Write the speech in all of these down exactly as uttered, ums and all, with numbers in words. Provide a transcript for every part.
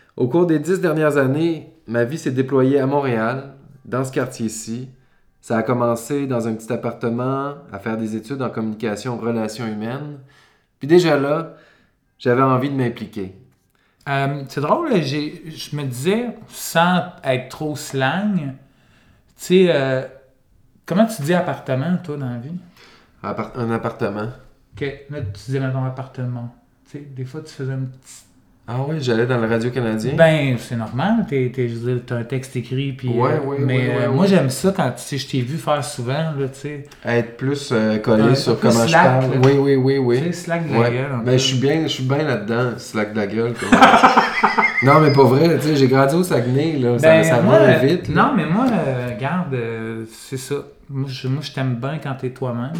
Au cours des dix dernières années, ma vie s'est déployée à Montréal, dans ce quartier-ci. Ça a commencé dans un petit appartement, à faire des études en communication relations humaines. Puis déjà là, j'avais envie de m'impliquer. Euh, c'est drôle, j'ai, je me disais, sans être trop slang, tu sais, euh, comment tu dis appartement, toi, dans la vie? Appart- un appartement. Ok, là, tu disais, mettons, appartement. Tu sais, des fois, tu faisais un petit... Ah oui, j'allais dans le Radio-Canadien. Ben, c'est normal, t'es, t'es, je veux dire, t'as un texte écrit, puis... Ouais, euh, ouais, mais ouais, ouais, euh, moi, ouais. j'aime ça quand, tu sais, je t'ai vu faire souvent, là, tu sais. Être plus euh, collé Un sur peu comment slack, je parle. là. Oui, oui, oui, oui. Tu sais, slack de la Ouais. gueule, un Ben, peu. je suis bien, je suis bien là-dedans, slack de la gueule. Comme... non, mais pas vrai, tu sais, j'ai grandi au Saguenay, là, Ben, ça, ça moi, va vite. Là. non, mais moi, euh, regarde, euh, c'est ça. Moi, je, moi, je t'aime bien quand t'es toi-même.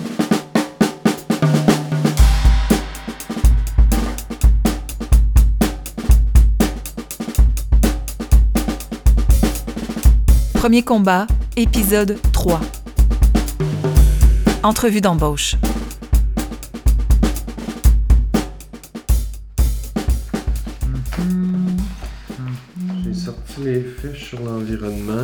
Premier combat, épisode trois. Entrevue d'embauche. J'ai sorti les fiches sur l'environnement,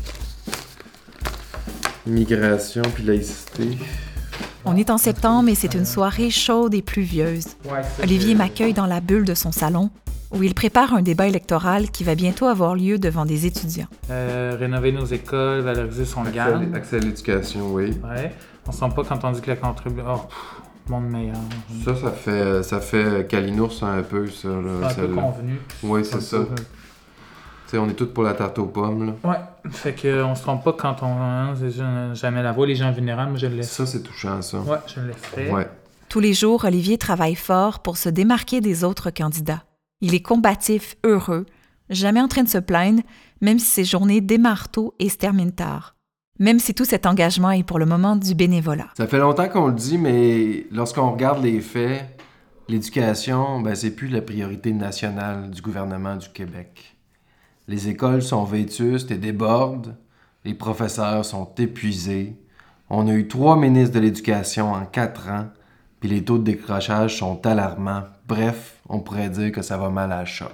immigration puis laïcité. On est en septembre et c'est une soirée chaude et pluvieuse. Ouais, ça, Olivier c'est- m'accueille dans la bulle de son salon, où il prépare un débat électoral qui va bientôt avoir lieu devant des étudiants. Euh, rénover nos écoles, valoriser son Accès à garde. l'é- accès à l'éducation, oui. Ouais. On sent pas quand on dit que la contribution... Oh, pff, monde meilleur. Ça, ça fait, ça fait Calinours un peu, ça. Là, C'est un peu celle-là. convenu. Oui, c'est ça. peu- Tu sais, on est tous pour la tarte aux pommes, là. Ouais. Fait que on se trompe pas quand on... Hein, c'est ja- jamais la voix, les gens vulnérables, moi je le laisse. Ça, c'est touchant, ça. Ouais, je le laisserai. Ouais. Tous les jours, Olivier travaille fort pour se démarquer des autres candidats. Il est combatif, heureux, jamais en train de se plaindre, même si ses journées démarrent tôt et se terminent tard. Même si tout cet engagement est pour le moment du bénévolat. Ça fait longtemps qu'on le dit, mais lorsqu'on regarde les faits, l'éducation, ben, c'est plus la priorité nationale du gouvernement du Québec. Les écoles sont vétustes et débordent. Les professeurs sont épuisés. On a eu trois ministres de l'Éducation en quatre ans, puis les taux de décrochage sont alarmants. Bref, on pourrait dire que ça va mal à la shop.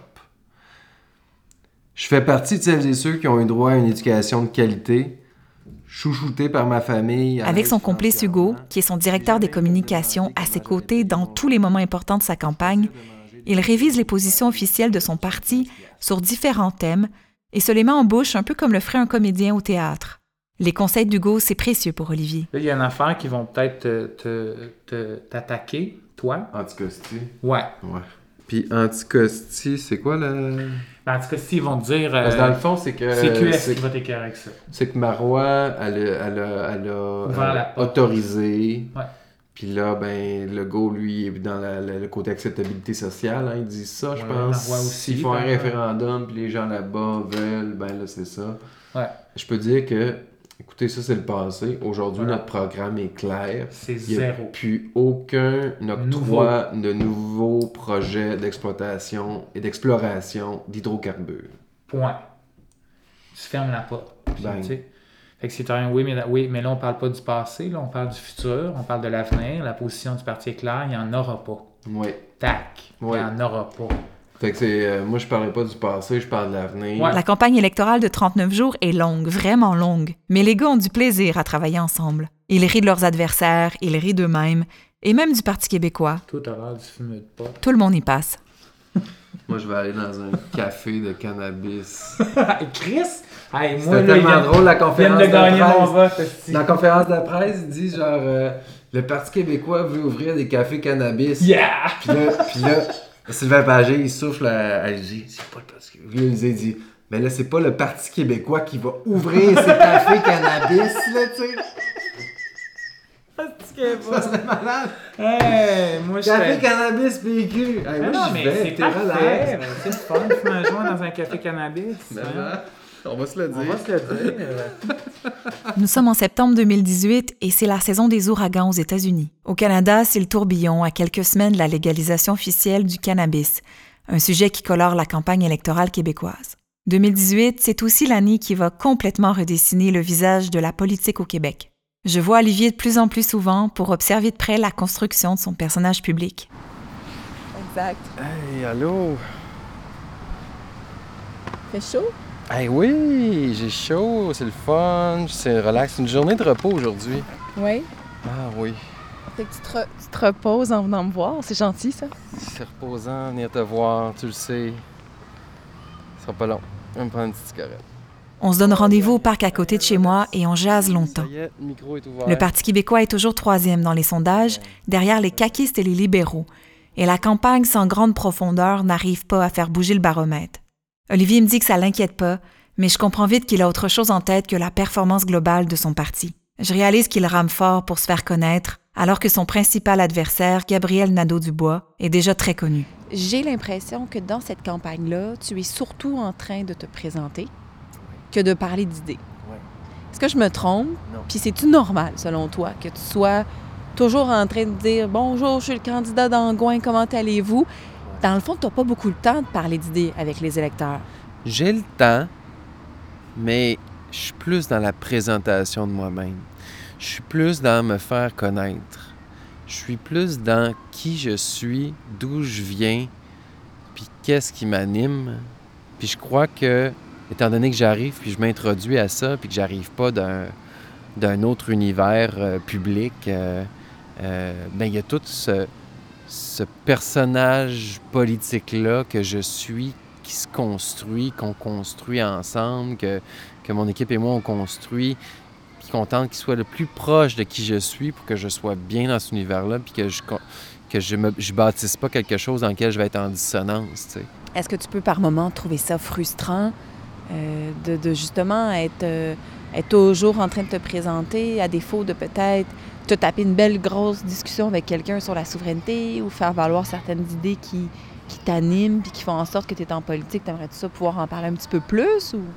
Je fais partie de celles et ceux qui ont eu droit à une éducation de qualité, chouchouté par ma famille. Avec son complice Hugo, qui est son directeur des communications, à ses côtés dans tous les moments importants de sa campagne, il révise les positions officielles de son parti sur différents thèmes et se les met en bouche un peu comme le ferait un comédien au théâtre. Les conseils d'Hugo, c'est précieux pour Olivier. Là, il y a une affaire qui vont peut-être te, te, te- t'attaquer, toi. Anticosti. Ouais. Ouais. Puis Anticosti, c'est quoi la... En tout cas, s'ils vont te dire... Parce que euh, dans le fond, c'est que... c'est Q S c'est- qui va t'écœurer avec ça. C'est que Marois, elle a, elle a, elle a, Ouvert euh, la porte. autorisé. Ouais. Puis là, ben, Legault, lui, est dans la- la- le côté acceptabilité sociale. Hein, il dit ça, je Ouais, pense. Marois aussi, S'ils font un par exemple. référendum, puis les gens là-bas veulent, ben là, c'est ça. Ouais. Je peux dire que, écoutez, ça, c'est le passé. Aujourd'hui, Voilà. notre programme est clair. C'est Il n'y a zéro. plus aucun octroi de nouveaux projets d'exploitation et d'exploration d'hydrocarbures. Point. Tu fermes la porte. Puis, Bang. tu sais, fait que c'est un oui, mais, oui, mais là, on parle pas du passé, là, on parle du futur, on parle de l'avenir. La position du parti est claire, il n'y en aura pas. Oui. Tac. Ouais. Il n'y en aura pas. Fait que c'est... euh, moi, je parlais pas du passé, je parle de l'avenir. Ouais. La campagne électorale de trente-neuf jours est longue, vraiment longue, mais les gars ont du plaisir à travailler ensemble. Ils rient de leurs adversaires, ils rient d'eux-mêmes, et même du Parti québécois. Tout à l'heure du fumeux de pot. Tout le monde y passe. Moi, je vais aller dans un café de cannabis. Chris! Hey, moi, C'était là, il tellement vient- drôle, la il vient conférence de de, gagner mon presse. vote, esti. Dans la conférence de presse, il dit genre... euh, le Parti québécois veut ouvrir des cafés cannabis. Yeah! Puis là, puis là Sylvain Pagé, il souffle à, à J. C'est pas le Parti québécois. Puis là, il dit... Mais là, c'est pas le Parti québécois qui va ouvrir ses cafés cannabis, là, tu sais. Ça serait malade. Hey, moi, je Café fais... cannabis P Q. Hey, Ah moi, non, j'y mais vais, c'est t'es parfait. relax. C'est le fun de fumer un joint dans un café cannabis. Mais hein. là, on va se le dire. On va se le dire. Nous sommes en septembre deux mille dix-huit et c'est la saison des ouragans aux États-Unis. Au Canada, c'est le tourbillon à quelques semaines de la légalisation officielle du cannabis, un sujet qui colore la campagne électorale québécoise. deux mille dix-huit, c'est aussi l'année qui va complètement redessiner le visage de la politique au Québec. Je vois Olivier de plus en plus souvent pour observer de près la construction de son personnage public. Exact. Hey, allô? Fait chaud? Eh oui, j'ai chaud, c'est le fun, c'est relax. C'est une journée de repos aujourd'hui. Oui. Ah oui. Fait que tu te, re- tu te reposes en venant me voir. C'est gentil, ça. C'est reposant, venir te voir, tu le sais. Ce sera pas long. On va me prendre une petite cigarette. On se donne rendez-vous au parc à côté de chez moi et on jase longtemps. Ça y est, le micro est ouvert. Le Parti québécois est toujours troisième dans les sondages, derrière les caquistes et les libéraux. Et la campagne sans grande profondeur n'arrive pas à faire bouger le baromètre. Olivier me dit que ça l'inquiète pas, mais je comprends vite qu'il a autre chose en tête que la performance globale de son parti. Je réalise qu'il rame fort pour se faire connaître, alors que son principal adversaire, Gabriel Nadeau-Dubois, est déjà très connu. J'ai l'impression que dans cette campagne-là, tu es surtout en train de te présenter que de parler d'idées. Ouais. Est-ce que je me trompe? Non. Puis c'est-tu normal, selon toi, que tu sois toujours en train de dire « Bonjour, je suis le candidat d'Angouin, comment allez-vous? » Dans le fond, tu n'as pas beaucoup le temps de parler d'idées avec les électeurs. J'ai le temps, mais je suis plus dans la présentation de moi-même. Je suis plus dans me faire connaître. Je suis plus dans qui je suis, d'où je viens, puis qu'est-ce qui m'anime. Puis je crois que, étant donné que j'arrive, puis je m'introduis à ça, puis que j'arrive pas d'un, d'un autre univers euh, public, euh, euh, ben il y a tout ce, ce personnage politique-là que je suis, qui se construit, qu'on construit ensemble, que, que mon équipe et moi on construit, puis qu'on tente qu'il soit le plus proche de qui je suis pour que je sois bien dans cet univers-là, puis que je que je me je bâtisse pas quelque chose dans lequel je vais être en dissonance, tu sais. Est-ce que tu peux par moments trouver ça frustrant euh, de, de justement être, euh, être toujours en train de te présenter, à défaut de peut-être te taper une belle grosse discussion avec quelqu'un sur la souveraineté ou faire valoir certaines idées qui, qui t'animent puis qui font en sorte que tu es en politique? T'aimerais-tu ça pouvoir en parler un petit peu plus? Ou...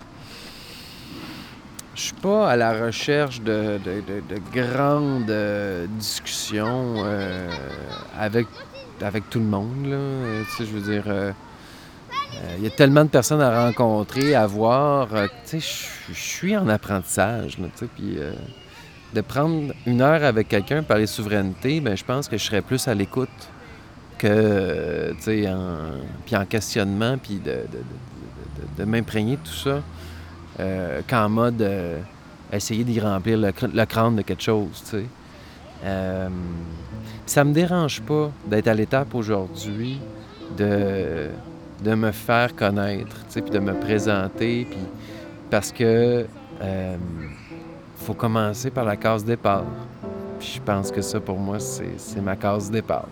Je suis pas à la recherche de, de, de, de grandes euh, discussions euh, avec, avec tout le monde, là. Euh, tu sais, je veux dire, il euh, euh, y a tellement de personnes à rencontrer, à voir. Euh, tu sais, je suis en apprentissage, là, tu sais, puis euh, de prendre une heure avec quelqu'un pour parler souveraineté, ben je pense que je serais plus à l'écoute que, euh, tu sais, en, puis en questionnement, puis de, de, de, de, de, de m'imprégner de tout ça. Euh, qu'en mode euh, essayer d'y remplir le, cr- le crâne de quelque chose, tu sais. Euh, ça me dérange pas d'être à l'étape aujourd'hui de, de me faire connaître, tu sais, puis de me présenter, puis parce que euh, faut commencer par la case départ. Puis je pense que ça, pour moi, c'est, c'est ma case départ.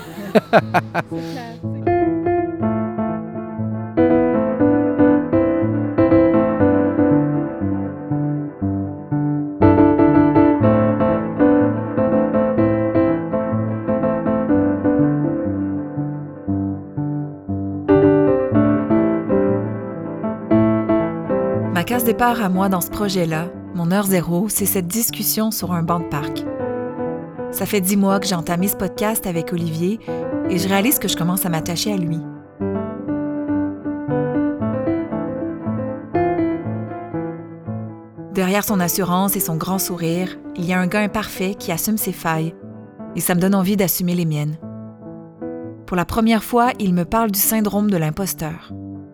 Ma case départ à moi dans ce projet-là, mon heure zéro, c'est cette discussion sur un banc de parc. Ça fait dix mois que j'ai entamé ce podcast avec Olivier et je réalise que je commence à m'attacher à lui. Derrière son assurance et son grand sourire, il y a un gars imparfait qui assume ses failles et ça me donne envie d'assumer les miennes. Pour la première fois, il me parle du syndrome de l'imposteur.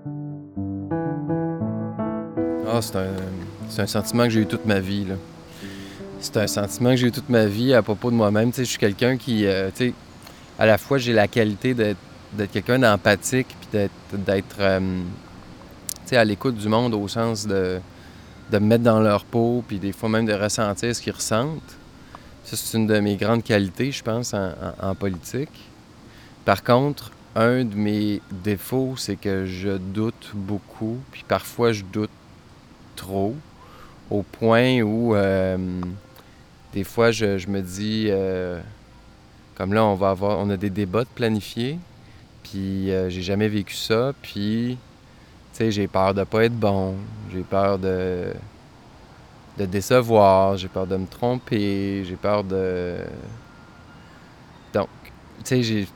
Ah, c'est un, c'est un sentiment que j'ai eu toute ma vie, là. C'est un sentiment que j'ai eu toute ma vie à propos de moi-même. Tu sais, je suis quelqu'un qui, euh, tu sais, à la fois, j'ai la qualité d'être, d'être quelqu'un d'empathique puis d'être, d'être euh, tu sais, à l'écoute du monde au sens de, de me mettre dans leur peau puis des fois même de ressentir ce qu'ils ressentent. Ça, c'est une de mes grandes qualités, je pense, en, en, en politique. Par contre, un de mes défauts, c'est que je doute beaucoup puis parfois, je doute trop, au point où euh, des fois je, je me dis euh, comme là on va avoir on a des débats de planifiés, puis euh, j'ai jamais vécu ça, puis tu sais j'ai peur de pas être bon, j'ai peur de de décevoir, j'ai peur de me tromper, j'ai peur de donc tu sais j'ai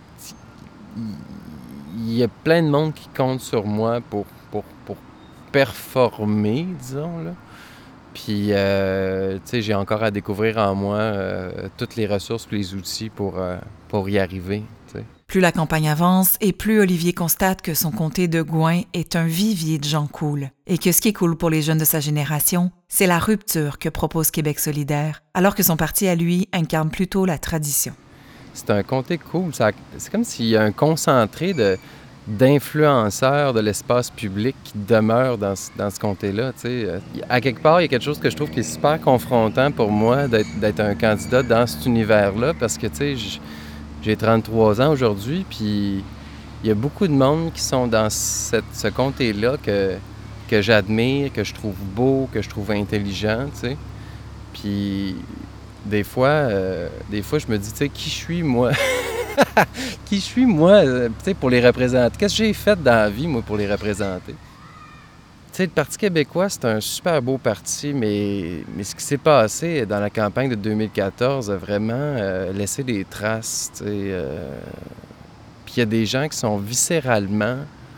il y a plein de monde qui compte sur moi pour pour pour performer, disons, là. Puis, euh, tu sais, j'ai encore à découvrir en moi euh, toutes les ressources et les outils pour, euh, pour y arriver, tu sais. Plus la campagne avance et plus Olivier constate que son comté de Gouin est un vivier de gens cool et que ce qui est cool pour les jeunes de sa génération, c'est la rupture que propose Québec solidaire, alors que son parti à lui incarne plutôt la tradition. C'est un comté cool. Ça, c'est comme s'il y a un concentré de, d'influenceurs de l'espace public qui demeurent dans, dans ce comté-là. T'sais. À quelque part, il y a quelque chose que je trouve qui est super confrontant pour moi d'être, d'être un candidat dans cet univers-là parce que, tu sais, j'ai trente-trois ans aujourd'hui, puis il y a beaucoup de monde qui sont dans cette, ce comté-là que, que j'admire, que je trouve beau, que je trouve intelligent, tu sais. Puis des fois, euh, des fois, je me dis, tu sais, qui je suis, moi? Qui je suis, moi, euh, tu sais, pour les représenter? Qu'est-ce que j'ai fait dans la vie, moi, pour les représenter? Tu sais, le Parti québécois, c'est un super beau parti, mais, mais ce qui s'est passé dans la campagne de deux mille quatorze a vraiment euh, laissé des traces, tu sais. Euh... Puis il y a des gens qui sont viscéralement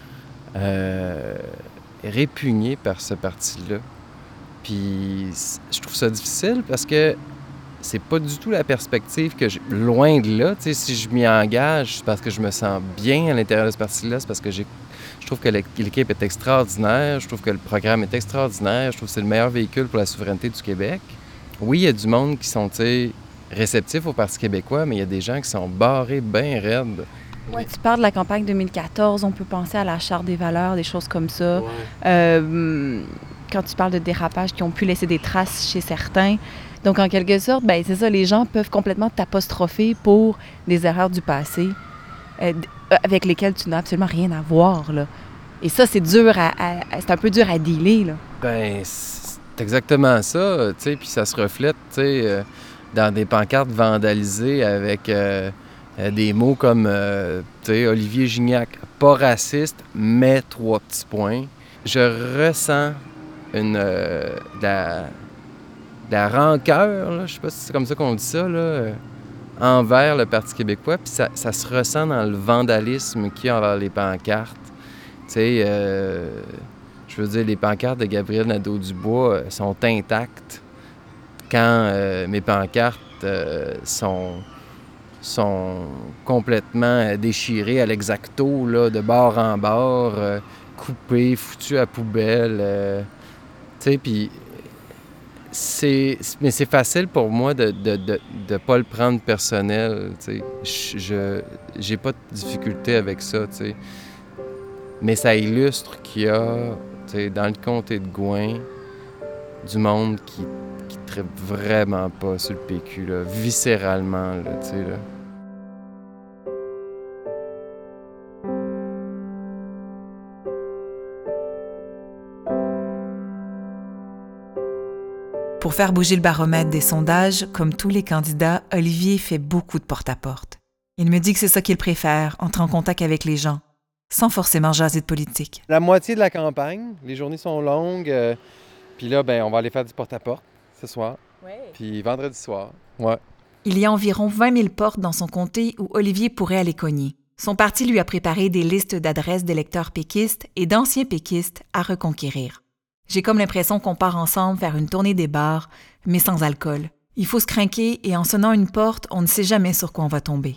euh, répugnés par ce parti-là. Puis je trouve ça difficile parce que c'est pas du tout la perspective que j'ai. Loin de là, tu sais, si je m'y engage, c'est parce que je me sens bien à l'intérieur de ce parti-là, c'est parce que j'ai Je trouve que l'équipe est extraordinaire, je trouve que le programme est extraordinaire, je trouve que c'est le meilleur véhicule pour la souveraineté du Québec. Oui, il y a du monde qui sont, tu sais, réceptifs au Parti québécois, mais il y a des gens qui sont barrés bien raides. Ouais, tu parles de la campagne deux mille quatorze, on peut penser à la Charte des valeurs, des choses comme ça. Ouais. Euh, quand tu parles de dérapages qui ont pu laisser des traces chez certains. Donc, en quelque sorte, ben c'est ça, les gens peuvent complètement t'apostropher pour des erreurs du passé. Euh, avec lesquels tu n'as absolument rien à voir, là. Et ça, c'est dur à, à, c'est un peu dur à dealer, là. Ben, c'est exactement ça, tu sais, puis ça se reflète, tu sais, euh, dans des pancartes vandalisées avec euh, euh, des mots comme, euh, tu sais, Olivier Gignac, pas raciste, mais trois petits points. Je ressens une, euh, de la, de la rancœur, là, je sais pas si c'est comme ça qu'on dit ça, là, euh, envers le Parti québécois, puis ça, ça se ressent dans le vandalisme qu'il y a envers les pancartes. Tu sais, euh, je veux dire, les pancartes de Gabriel Nadeau-Dubois euh, sont intactes quand euh, mes pancartes euh, sont, sont complètement déchirées à l'exacto, là, de bord en bord, euh, coupées, foutues à poubelle. Euh, tu sais, puis C'est, mais c'est facile pour moi de ne de, de, de pas le prendre personnel, tu sais. Je j'ai pas de difficulté avec ça, tu sais. Mais ça illustre qu'il y a, tu sais, dans le comté de Gouin, du monde qui qui trippe vraiment pas sur le P Q, là, viscéralement, là, tu sais, là. Pour faire bouger le baromètre des sondages, comme tous les candidats, Olivier fait beaucoup de porte-à-porte. Il me dit que c'est ça qu'il préfère, entrer en contact avec les gens, sans forcément jaser de politique. La moitié de la campagne, les journées sont longues, euh, puis là, ben, on va aller faire du porte-à-porte ce soir, Ouais. puis vendredi soir, ouais. Il y a environ vingt mille portes dans son comté où Olivier pourrait aller cogner. Son parti lui a préparé des listes d'adresses d'électeurs péquistes et d'anciens péquistes à reconquérir. J'ai comme l'impression qu'on part ensemble faire une tournée des bars, mais sans alcool. Il faut se crinquer et en sonnant une porte, on ne sait jamais sur quoi on va tomber.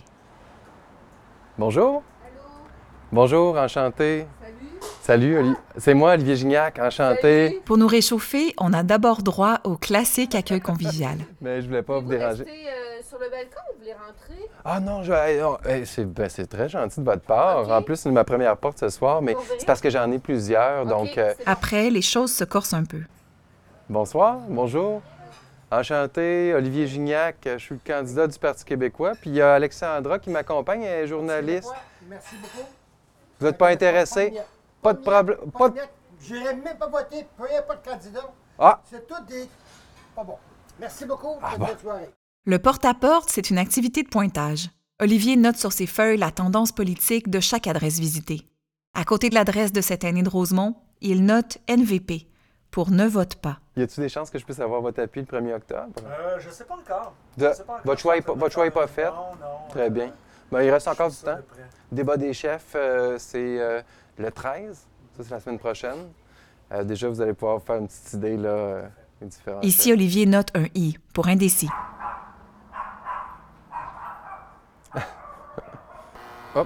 Bonjour. Allô. Bonjour, enchanté. Salut. Salut, Oli- c'est moi, Olivier Gignac, enchanté. Salut. Pour nous réchauffer, on a d'abord droit au classique accueil convivial. Mais je voulais pas vous, vous déranger. Rester euh, sur le balcon ou vous voulez rentrer? Ah non, je, non c'est, ben, c'est très gentil de votre part. Okay. En plus, c'est ma première porte ce soir, mais c'est parce que j'en ai plusieurs, okay, donc... Euh... Après, les choses se corsent un peu. Bonsoir, bonjour. Enchanté, Olivier Gignac, je suis le candidat du Parti québécois. Puis il y a Alexandra qui m'accompagne, elle est journaliste. Merci beaucoup. Vous n'êtes pas intéressé? Pas de problème. Pas de... Je n'irai même pas voter, peu importe candidat. Ah! C'est tout des... Pas bon. Merci beaucoup. Ah bon. Bonne soirée. Le porte-à-porte, c'est une activité de pointage. Olivier note sur ses feuilles la tendance politique de chaque adresse visitée. À côté de l'adresse de cet aîné de Rosemont, il note N V P, pour ne vote pas. Y a-t-il des chances que je puisse avoir votre appui le premier octobre? Euh, je ne sais pas encore. De... Je sais pas encore. Votre choix n'est pas, votre choix est pas fait? Non, non. Très bien. Ben, il reste encore du temps. Débat des chefs, euh, c'est euh, le treize. Ça, c'est la semaine prochaine. Euh, déjà, vous allez pouvoir faire une petite idée, là, euh, des différentes... Ici, Olivier note un I, pour indécis. Hop.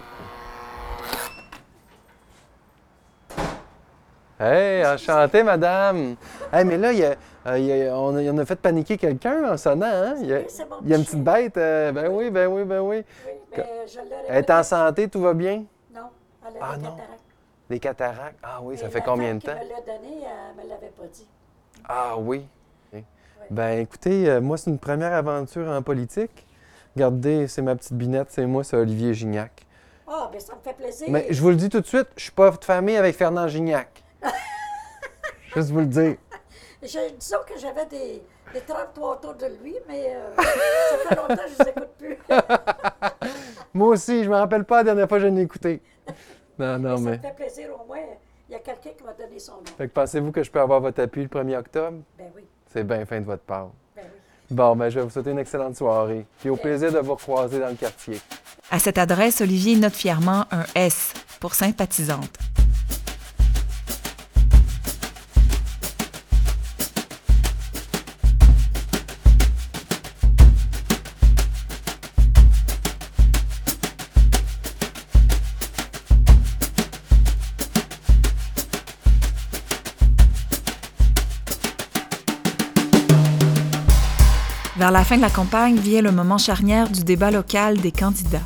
Hey, enchanté, madame! Hey, mais là, il y a, euh, il y a, on, a, on a fait paniquer quelqu'un en sonnant, hein? Il y a, Oui, c'est mon il y a une petit petite chien. bête. euh, ben oui, ben oui, ben oui. Oui, mais je l'aurais Elle est en santé, tout va bien? Non, elle a Ah des non. cataractes. Des cataractes? Ah oui, ça Et fait la combien femme de temps? qui me l'a donné, elle me l'avait pas dit. Ah oui. Ok. Ben écoutez, euh, moi, c'est une première aventure en politique. Regardez, c'est ma petite binette, c'est moi, c'est Olivier Gignac. Ah, bien, ça me fait plaisir. Mais je vous le dis tout de suite, je suis pas de famille avec Fernand Gignac. Juste vous le dire. Je, disons que j'avais des, des trente-trois autour de lui, mais euh, ça fait longtemps que je ne les écoute plus. Moi aussi, je me rappelle pas la dernière fois que je l'ai écouté. Non, non, ça mais... me fait plaisir, au moins, il y a quelqu'un qui m'a donné son nom. Fait que pensez-vous que je peux avoir votre appui le premier octobre? Ben oui, C'est bien fin de votre part. ben oui. Bon, ben je vais vous souhaiter une excellente soirée. Puis au plaisir de vous recroiser dans le quartier. À cette adresse, Olivier note fièrement un S pour sympathisante. Vers la fin de la campagne vient le moment charnière du débat local des candidats.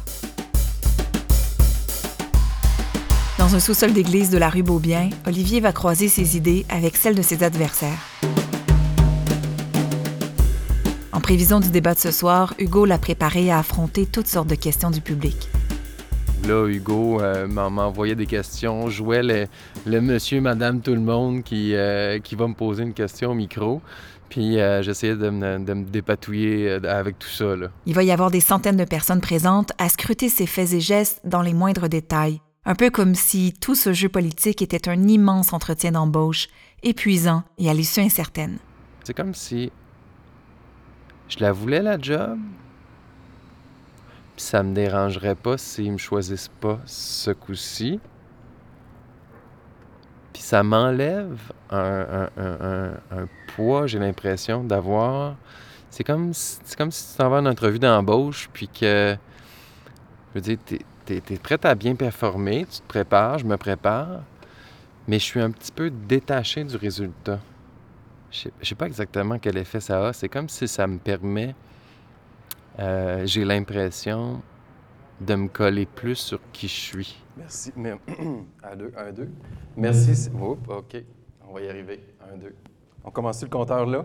Dans un sous-sol d'église de la rue Beaubien, Olivier va croiser ses idées avec celles de ses adversaires. En prévision du débat de ce soir, Hugo l'a préparé à affronter toutes sortes de questions du public. Là, Hugo euh, m'en- m'envoyait des questions, jouait le, le monsieur, madame, tout le monde qui, euh, qui va me poser une question au micro. Puis euh, j'essayais de me, de me dépatouiller euh, avec tout ça, là. Il va y avoir des centaines de personnes présentes à scruter ses faits et gestes dans les moindres détails. Un peu comme si tout ce jeu politique était un immense entretien d'embauche, épuisant et à l'issue incertaine. C'est comme si je la voulais, la job, puis ça me dérangerait pas s'ils me choisissent pas ce coup-ci. Puis ça m'enlève un, un, un, un, un poids, j'ai l'impression, d'avoir... C'est comme, si- c'est comme si tu t'en vas en entrevue d'embauche, puis que... Je veux dire, t'es, t'es, t'es prête à bien performer, tu te prépares, je me prépare, mais je suis un petit peu détaché du résultat. Je sais, je sais pas exactement quel effet ça a. C'est comme si ça me permet... euh, j'ai l'impression de me coller plus sur qui je suis. Merci. Mais, à deux, un, deux. Merci. c'est- Oups, OK. On va y arriver. Un, deux. On commence le compteur là?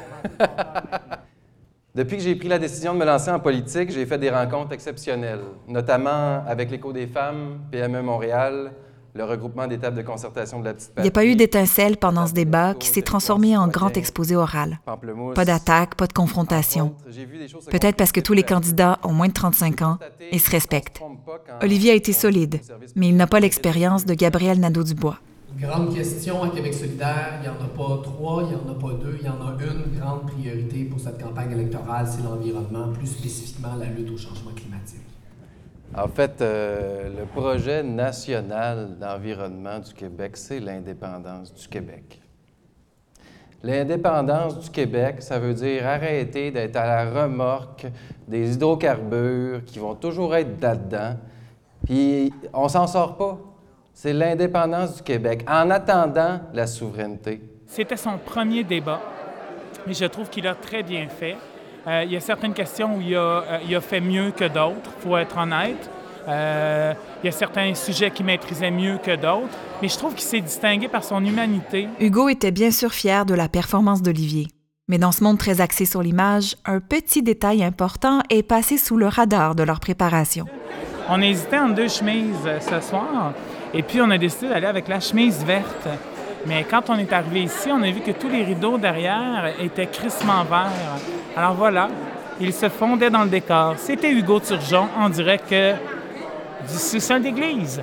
Depuis que j'ai pris la décision de me lancer en politique, j'ai fait des rencontres exceptionnelles, notamment avec l'Écho des femmes, P M E Montréal, le regroupement des tables de concertation de la petite Il n'y a pas eu patrie, d'étincelle pendant ce débat qui s'est transformé en grand exposé oral. Pamplemousse. Pas d'attaque, pas de Entre confrontation. autres, j'ai vu des choses se Peut-être parce que tous les concrétiser candidats ont moins de trente-cinq ans et se respectent. Olivier a été solide, mais il n'a pas l'expérience de Gabriel Nadeau-Dubois. Grande question à Québec solidaire, il n'y en a pas trois, il n'y en a pas deux, il y en a une grande priorité pour cette campagne électorale, c'est l'environnement, plus spécifiquement la lutte au changement climatique. En fait, euh, le projet national d'environnement du Québec, c'est l'indépendance du Québec. L'indépendance du Québec, ça veut dire arrêter d'être à la remorque des hydrocarbures qui vont toujours être là-dedans, puis on s'en sort pas. C'est l'indépendance du Québec, en attendant la souveraineté. C'était son premier débat, et je trouve qu'il a très bien fait. Euh, il y a certaines questions où il a, euh, il a fait mieux que d'autres, il faut être honnête. Euh, il y a certains sujets qu'il maîtrisait mieux que d'autres, mais je trouve qu'il s'est distingué par son humanité. Hugo était bien sûr fier de la performance d'Olivier. Mais dans ce monde très axé sur l'image, un petit détail important est passé sous le radar de leur préparation. On hésitait entre deux chemises euh, ce soir, et puis on a décidé d'aller avec la chemise verte. Mais quand on est arrivé ici, on a vu que tous les rideaux derrière étaient crissement verts. Alors voilà, il se fondait dans le décor. C'était Hugo Turgeon en direct euh, du sous-sol d'église.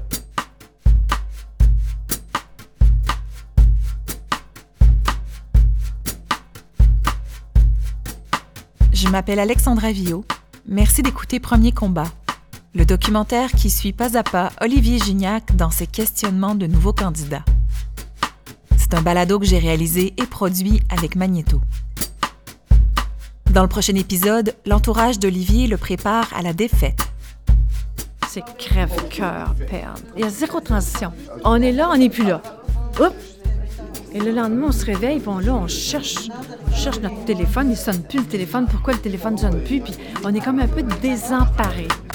Je m'appelle Alexandra Villot. Merci d'écouter Premier combat, le documentaire qui suit pas à pas Olivier Gignac dans ses questionnements de nouveaux candidats. C'est un balado que j'ai réalisé et produit avec Magnéto. Dans le prochain épisode, l'entourage d'Olivier le prépare à la défaite. c'est crève-cœur perdre. Il y a zéro transition. On est là, on n'est plus là. Oups! Et le lendemain, on se réveille, bon là, on cherche, on cherche notre téléphone, il sonne plus le téléphone, pourquoi le téléphone ne sonne plus, puis on est comme un peu désemparé.